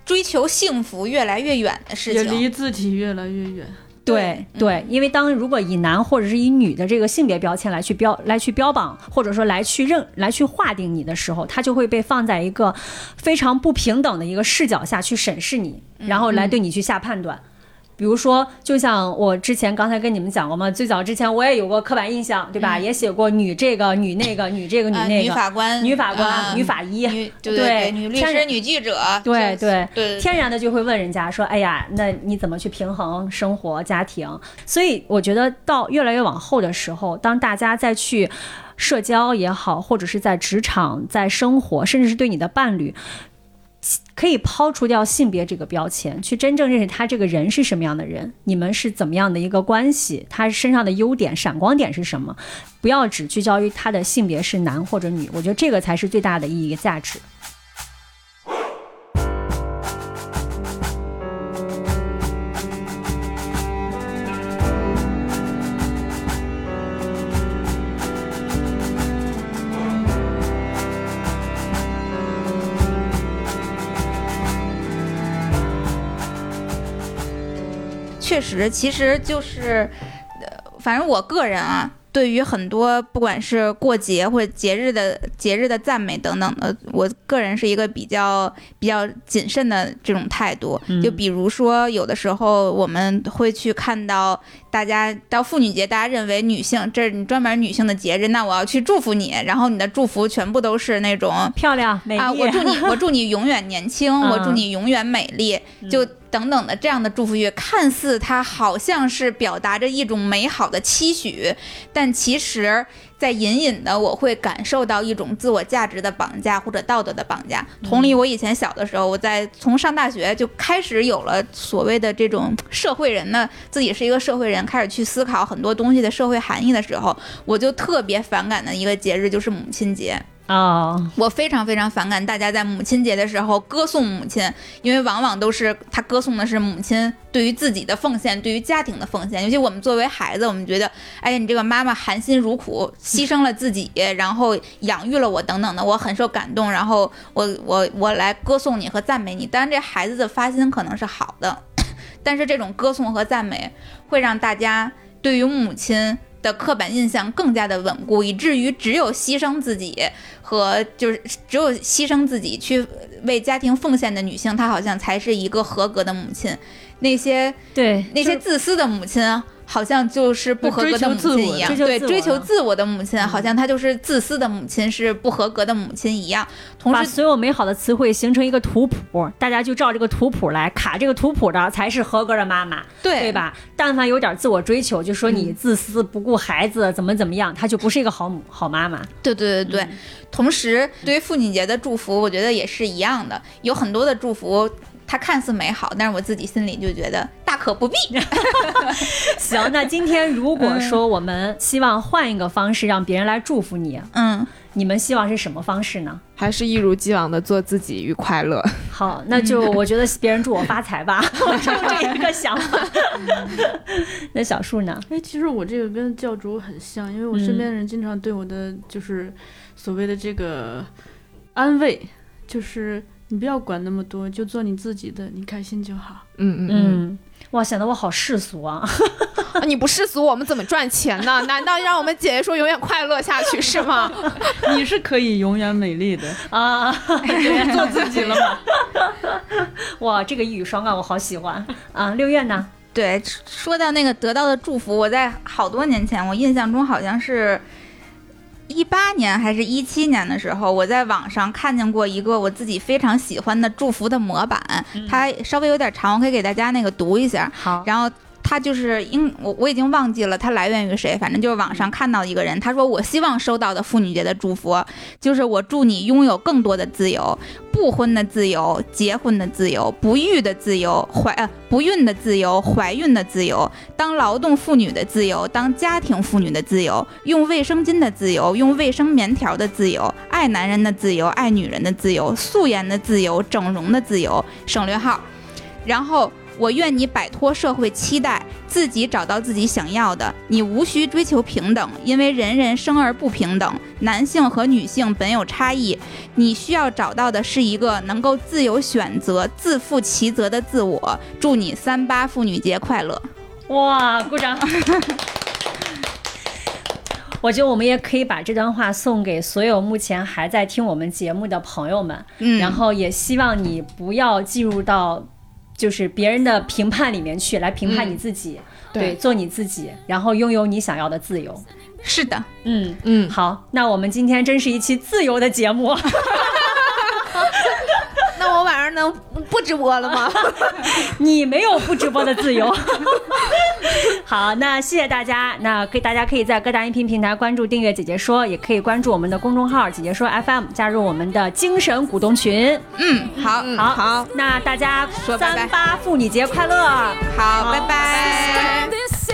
追求幸福越来越远的事情， 也离自己越来越远。 对对，因为如果以男或者是以女的这个性别标签来去标榜，或者说来去划定你的时候，它就会被放在一个非常不平等的一个视角下去审视你，然后来对你去下判断。比如说，就像我之前刚才跟你们讲过嘛，最早之前我也有过刻板印象，对吧？也写过女这个女那个女这个女那个， 女法官、 女法医， 对，女律师、女记者， 对， 天然的就会问人家说，哎呀，那你怎么去平衡生活家庭？所以我觉得到越来越往后的时候，当大家再去社交也好，或者是在职场、在生活，甚至是对你的伴侣，可以抛除掉性别这个标签，去真正认识他这个人是什么样的人，你们是怎么样的一个关系，他身上的优点闪光点是什么，不要只聚焦于他的性别是男或者女，我觉得这个才是最大的意义价值。 确实，其实就是，反正我个人啊，对于很多不管是过节或者节日的赞美等等的，我个人是一个比较谨慎的这种态度。就比如说，有的时候我们会去看到大家到妇女节，大家认为女性这是你专门女性的节日，那我要去祝福你，然后你的祝福全部都是那种漂亮美丽啊，我祝你永远年轻，我祝你永远美丽，就等等的这样的祝福语，看似它好像是表达着一种美好的期许，但其实在隐隐的我会感受到一种自我价值的绑架或者道德的绑架。同理，我以前小的时候，我从上大学就开始有了所谓的这种社会人呢，自己是一个社会人，开始去思考很多东西的社会含义的时候，我就特别反感的一个节日就是母亲节。我非常非常反感大家在母亲节的时候歌颂母亲，因为往往都是他歌颂的是母亲对于自己的奉献，对于家庭的奉献。尤其我们作为孩子，我们觉得，哎呀，你这个妈妈含辛茹苦，牺牲了自己，然后养育了我等等的，我很受感动，然后我来歌颂你和赞美你。当然，这孩子的发心可能是好的，但是这种歌颂和赞美会让大家对于母亲的刻板印象更加的稳固，以至于只有牺牲自己去为家庭奉献的女性，她好像才是一个合格的母亲。那些自私的母亲好像就是不合格的母亲一样，对，追求自我的母亲好像她就是自私的母亲，是不合格的母亲一样。同时， 把所有美好的词汇形成一个图谱，大家就照这个图谱来卡，这个图谱的才是合格的妈妈，对吧？但凡有点自我追求，就说你自私不顾孩子怎么样，她就不是一个好妈妈。 对。同时，对于妇女节的祝福，我觉得也是一样的，有很多的祝福它看似美好，但是我自己心里就觉得大可不必。 行，那今天如果说我们希望换一个方式让别人来祝福你，你们希望是什么方式呢？ 还是一如既往的做自己与快乐。 好，那就我觉得别人祝我发财吧，我是这一个想法。那小树呢？ 其实我这个跟教主很像，因为我身边的人经常对我的就是所谓的这个安慰，就是你不要管那么多，就做你自己的，你开心就好。 哇，显得我好世俗啊！ 你不世俗，我们怎么赚钱呢？难道让我们姐姐说永远快乐下去是吗？ 你是可以永远美丽的啊！做自己了吗？ 哇，这个一语双关，我好喜欢啊！六月呢？ 对，说到那个得到的祝福，我在好多年前，我印象中好像是18年还是17年的时候，我在网上看见过一个我自己非常喜欢的祝福的模板，它稍微有点长，我可以给大家那个读一下。 好， 然后他就是我已经忘记了他来源于谁，反正就是网上看到一个人，他说我希望收到的妇女节的祝福就是我祝你拥有更多的自由，不婚的自由，结婚的自由，不育的自由，不孕的自由，怀孕的自由，当劳动妇女的自由，当家庭妇女的自由，用卫生巾的自由，用卫生棉条的自由，爱男人的自由，爱女人的自由，素颜的自由，整容的自由，省略号。然后我愿你摆脱社会期待， 自己找到自己想要的，你无需追求平等，因为人人生而不平等，男性和女性本有差异，你需要找到的是一个能够自由选择、自负其责的自我。祝你38妇女节快乐！ 哇，鼓掌！我觉得我们也可以把这段话送给所有目前还在听我们节目的朋友们，然后也希望你不要进入到就是别人的评判里面去，来评判你自己，对，做你自己，然后拥有你想要的自由。 是的， 好，那我们今天真是一期自由的节目。 那我晚上能不直播了吗？ 你没有不直播的自由。好，那谢谢大家。那大家可以在各大音频平台关注订阅姐姐说，也可以关注我们的公众号姐姐说 FM， 加入我们的精神股东群。好，那大家说拜拜 38妇女节快乐。 好，拜拜。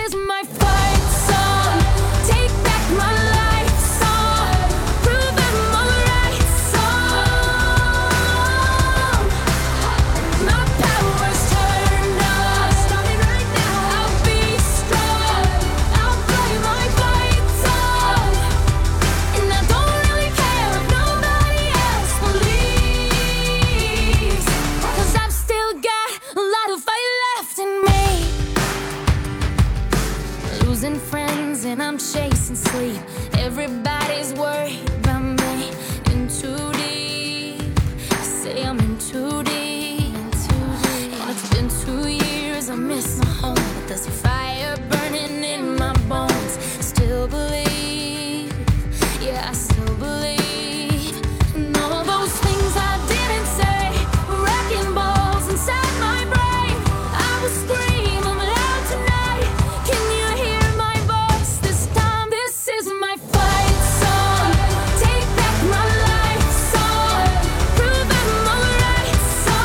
And I'm chasing sleep. Everybody's worried about me. In too deep. Say I'm in too deep. And it's been 2 years. I miss my home, but there's a fire burning in my bones. Still believe, yeah, I still believe. And all those things I didn't say, wrecking balls inside my brain. I was screaming loud tonight. Can you hear my voice this time? This is my fight song. Take back my life song. Prove I'm alright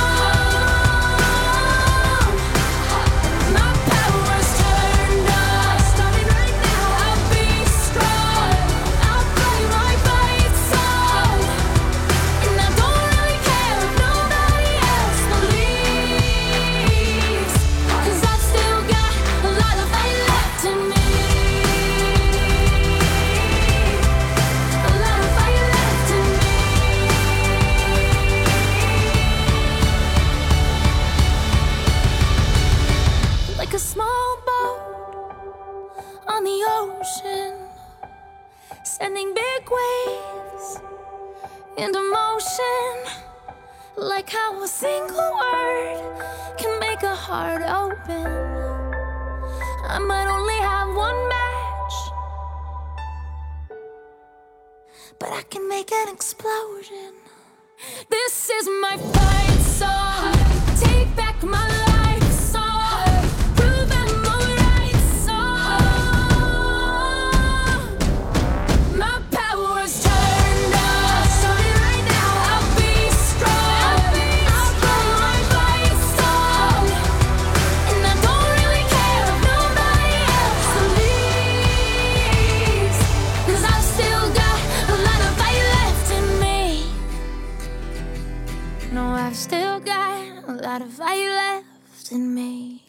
song. My power's turned on. Starting right now, I'll be strong. I'll play my fight song. And I don't really care if nobody else believes. 'Cause I've still got a lot of fight left in me. A lot of fight left in me. Like a small boat on the ocean, sending big waves into motion. Like how a single word can make a heart open. I might only have one match, but I can make an explosion. This is my fight song. Take back my life song. Prove I'm alright song. My power's turned on. Starting right now, I'll be strong. I'll play my fight song. And I don't really care if nobody else believes. 'Cause I've still got a lot of fight left in me. No, I've still got a lot of fight left in me.